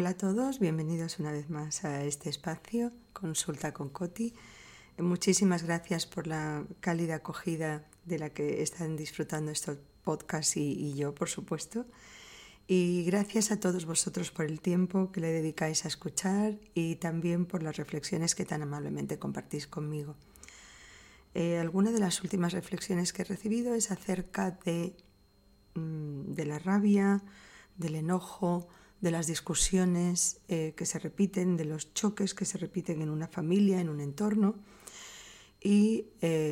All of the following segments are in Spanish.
Hola a todos, bienvenidos una vez más a este espacio, Consulta con Coti. Muchísimas gracias por la cálida acogida de la que están disfrutando estos podcasts y yo, por supuesto. Y gracias a todos vosotros por el tiempo que le dedicáis a escuchar y también por las reflexiones que tan amablemente compartís conmigo. Alguna de las últimas reflexiones que he recibido es acerca de la rabia, del enojo, de las discusiones que se repiten, de los choques que se repiten en una familia, en un entorno y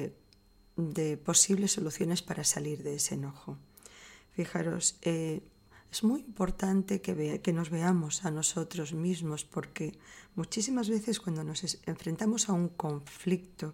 de posibles soluciones para salir de ese enojo. Fijaros, es muy importante que nos veamos a nosotros mismos porque muchísimas veces cuando nos enfrentamos a un conflicto,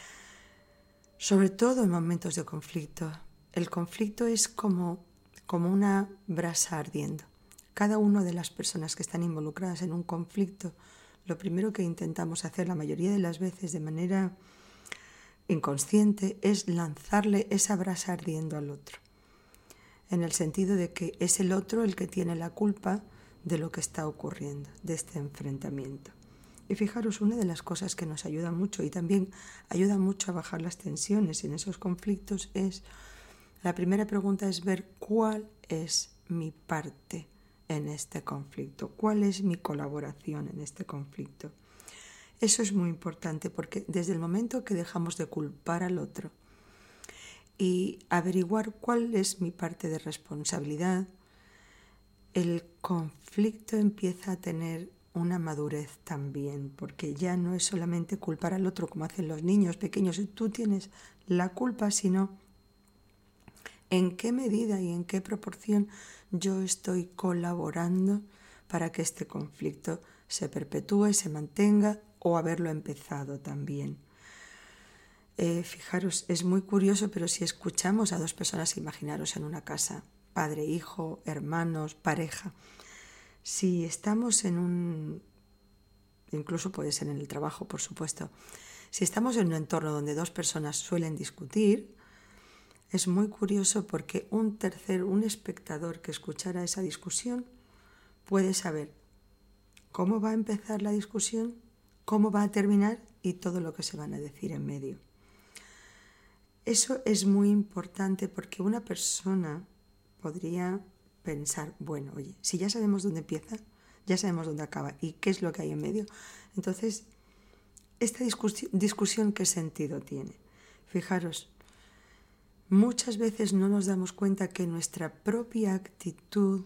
sobre todo en momentos de conflicto, el conflicto es como una brasa ardiendo. Cada una de las personas que están involucradas en un conflicto, lo primero que intentamos hacer la mayoría de las veces de manera inconsciente es lanzarle esa brasa ardiendo al otro, en el sentido de que es el otro el que tiene la culpa de lo que está ocurriendo, de este enfrentamiento. Y fijaros, una de las cosas que nos ayuda mucho y también ayuda mucho a bajar las tensiones en esos conflictos es, la primera pregunta es ver cuál es mi parte en este conflicto, cuál es mi colaboración en este conflicto. Eso es muy importante porque desde el momento que dejamos de culpar al otro y averiguar cuál es mi parte de responsabilidad, el conflicto empieza a tener una madurez también, porque ya no es solamente culpar al otro como hacen los niños pequeños, tú tienes la culpa, sino en qué medida y en qué proporción yo estoy colaborando para que este conflicto se perpetúe, se mantenga o haberlo empezado también. Fijaros, es muy curioso, pero si escuchamos a dos personas, imaginaros en una casa, padre, hijo, hermanos, pareja, si estamos incluso puede ser en el trabajo, por supuesto, si estamos en un entorno donde dos personas suelen discutir, es muy curioso porque un espectador que escuchara esa discusión puede saber cómo va a empezar la discusión, cómo va a terminar y todo lo que se van a decir en medio. Eso es muy importante porque una persona podría pensar, bueno, oye, si ya sabemos dónde empieza, ya sabemos dónde acaba y qué es lo que hay en medio, entonces, ¿esta discusión qué sentido tiene? Fijaros, muchas veces no nos damos cuenta que nuestra propia actitud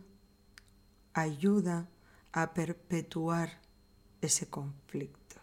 ayuda a perpetuar ese conflicto.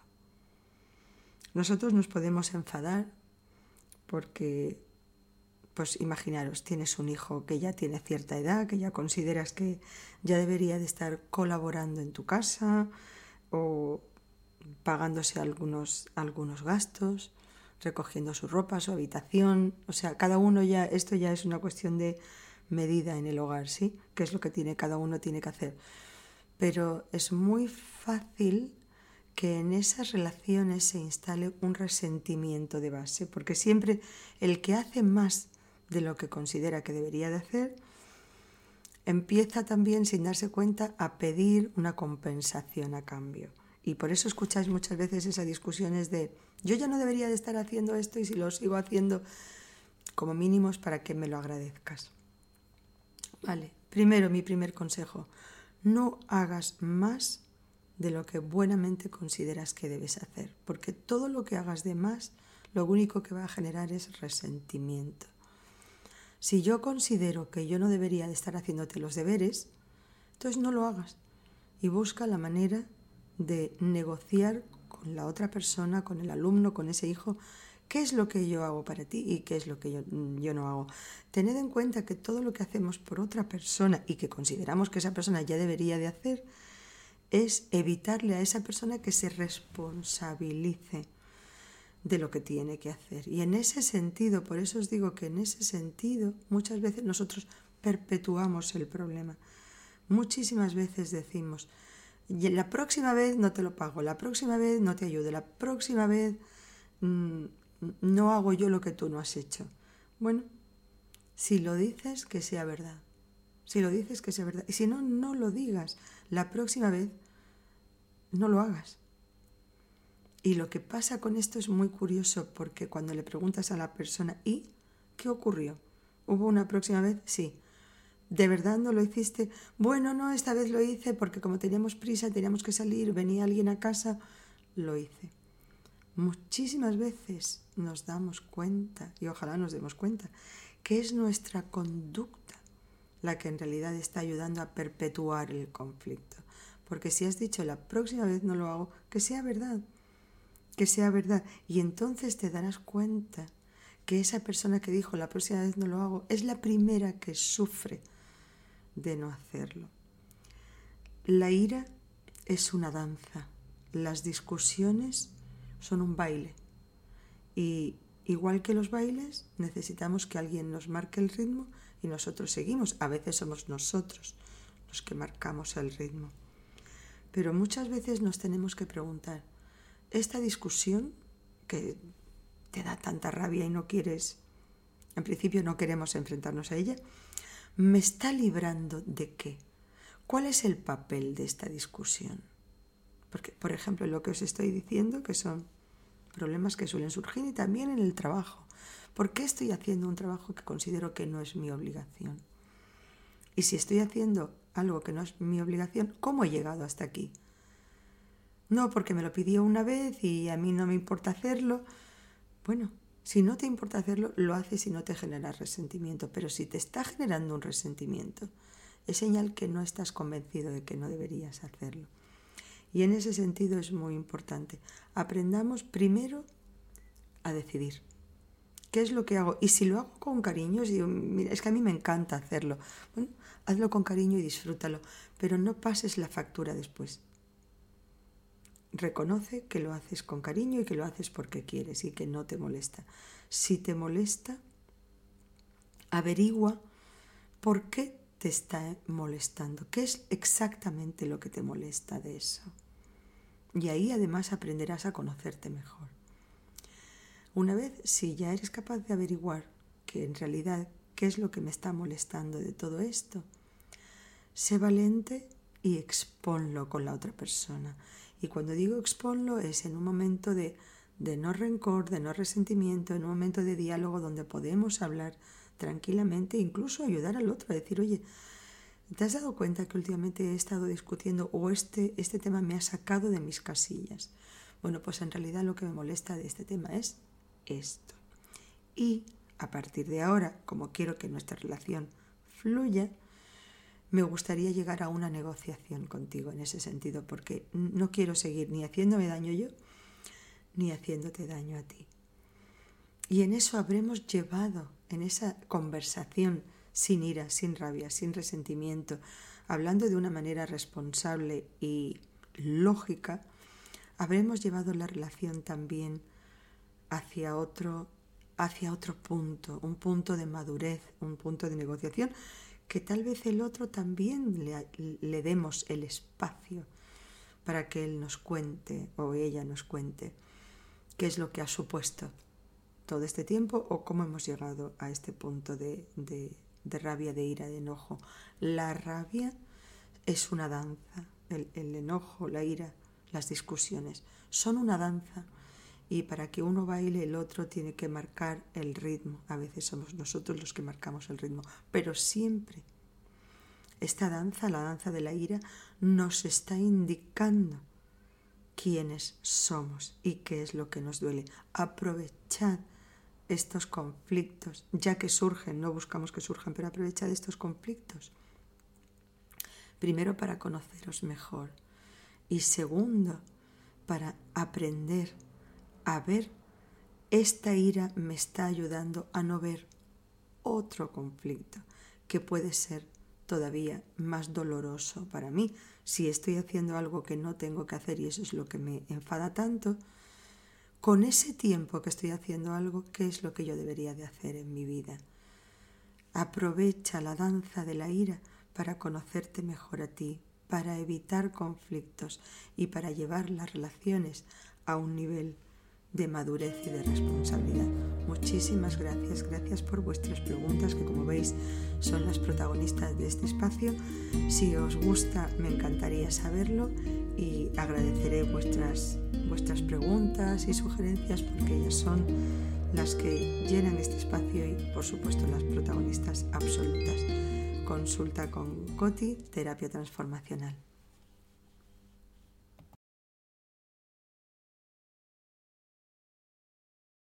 Nosotros nos podemos enfadar porque, pues imaginaros, tienes un hijo que ya tiene cierta edad, que ya consideras que ya debería de estar colaborando en tu casa o pagándose algunos gastos, recogiendo su ropa, su habitación, o sea, cada uno ya, esto ya es una cuestión de medida en el hogar, ¿sí? ¿Qué es lo que cada uno tiene que hacer? Pero es muy fácil que en esas relaciones se instale un resentimiento de base, porque siempre el que hace más de lo que considera que debería de hacer, empieza también, sin darse cuenta, a pedir una compensación a cambio. Y por eso escucháis muchas veces esas discusiones de yo ya no debería de estar haciendo esto y si lo sigo haciendo, como mínimo es para que me lo agradezcas. Vale, primero, mi primer consejo, no hagas más de lo que buenamente consideras que debes hacer, porque todo lo que hagas de más, lo único que va a generar es resentimiento. Si yo considero que yo no debería de estar haciéndote los deberes, entonces no lo hagas y busca la manera de negociar con la otra persona, con el alumno, con ese hijo, qué es lo que yo hago para ti y qué es lo que yo no hago. Tened en cuenta que todo lo que hacemos por otra persona y que consideramos que esa persona ya debería de hacer es evitarle a esa persona que se responsabilice de lo que tiene que hacer. Y en ese sentido, por eso os digo que en ese sentido muchas veces nosotros perpetuamos el problema. Muchísimas veces decimos, la próxima vez no te lo pago, la próxima vez no te ayudo, la próxima vez no hago yo lo que tú no has hecho. Bueno, si lo dices, que sea verdad. Si lo dices, que sea verdad. Y si no, no lo digas. La próxima vez no lo hagas. Y lo que pasa con esto es muy curioso, porque cuando le preguntas a la persona, ¿y qué ocurrió? ¿Hubo una próxima vez? Sí. ¿De verdad no lo hiciste? Bueno, no, esta vez lo hice porque como teníamos prisa, teníamos que salir, venía alguien a casa, lo hice. Muchísimas veces nos damos cuenta, y ojalá nos demos cuenta, que es nuestra conducta la que en realidad está ayudando a perpetuar el conflicto. Porque si has dicho la próxima vez no lo hago, que sea verdad. Que sea verdad. Y entonces te darás cuenta que esa persona que dijo la próxima vez no lo hago es la primera que sufre de no hacerlo. La ira es una danza. Las discusiones son un baile. Y igual que los bailes, necesitamos que alguien nos marque el ritmo y nosotros seguimos. A veces somos nosotros los que marcamos el ritmo. Pero muchas veces nos tenemos que preguntar, esta discusión que te da tanta rabia y no quieres, en principio no queremos enfrentarnos a ella, ¿me está librando de qué? ¿Cuál es el papel de esta discusión? Porque, por ejemplo, lo que os estoy diciendo, que son problemas que suelen surgir y también en el trabajo. ¿Por qué estoy haciendo un trabajo que considero que no es mi obligación? Y si estoy haciendo algo que no es mi obligación, ¿cómo he llegado hasta aquí? No, porque me lo pidió una vez y a mí no me importa hacerlo. Bueno, si no te importa hacerlo, lo haces y no te genera resentimiento. Pero si te está generando un resentimiento, es señal que no estás convencido de que no deberías hacerlo. Y en ese sentido es muy importante. Aprendamos primero a decidir. ¿Qué es lo que hago? Y si lo hago con cariño, si digo, mira, es que a mí me encanta hacerlo. Bueno, hazlo con cariño y disfrútalo, pero no pases la factura después. Reconoce que lo haces con cariño y que lo haces porque quieres y que no te molesta. Si te molesta, averigua por qué te está molestando, qué es exactamente lo que te molesta de eso. Y ahí además aprenderás a conocerte mejor. Una vez, si ya eres capaz de averiguar que en realidad qué es lo que me está molestando de todo esto, sé valiente y exponlo con la otra persona. Y cuando digo exponlo es en un momento de no rencor, de no resentimiento, en un momento de diálogo donde podemos hablar tranquilamente, incluso ayudar al otro a decir, oye, ¿te has dado cuenta que últimamente he estado discutiendo o este tema me ha sacado de mis casillas? Bueno, pues en realidad lo que me molesta de este tema es esto. Y a partir de ahora, como quiero que nuestra relación fluya, me gustaría llegar a una negociación contigo en ese sentido, porque no quiero seguir ni haciéndome daño yo, ni haciéndote daño a ti. Y en eso habremos llevado, en esa conversación, sin ira, sin rabia, sin resentimiento, hablando de una manera responsable y lógica, habremos llevado la relación también hacia otro punto, un punto de madurez, un punto de negociación, que tal vez el otro también le demos el espacio para que él nos cuente o ella nos cuente qué es lo que ha supuesto todo este tiempo o cómo hemos llegado a este punto de rabia, de ira, de enojo. La rabia es una danza, el enojo, la ira, las discusiones son una danza. Y para que uno baile, el otro tiene que marcar el ritmo. A veces somos nosotros los que marcamos el ritmo, pero siempre esta danza, la danza de la ira, nos está indicando quiénes somos y qué es lo que nos duele. Aprovechad estos conflictos, ya que surgen, no buscamos que surjan, pero aprovechad estos conflictos. Primero, para conoceros mejor. Y segundo, para aprender a ver, esta ira me está ayudando a no ver otro conflicto que puede ser todavía más doloroso para mí. Si estoy haciendo algo que no tengo que hacer y eso es lo que me enfada tanto, con ese tiempo que estoy haciendo algo, ¿qué es lo que yo debería de hacer en mi vida? Aprovecha la danza de la ira para conocerte mejor a ti, para evitar conflictos y para llevar las relaciones a un nivel de madurez y de responsabilidad. Muchísimas gracias, gracias por vuestras preguntas, que como veis son las protagonistas de este espacio. Si os gusta, me encantaría saberlo y agradeceré vuestras preguntas y sugerencias, porque ellas son las que llenan este espacio y, por supuesto, las protagonistas absolutas. Consulta con Coti, terapia transformacional.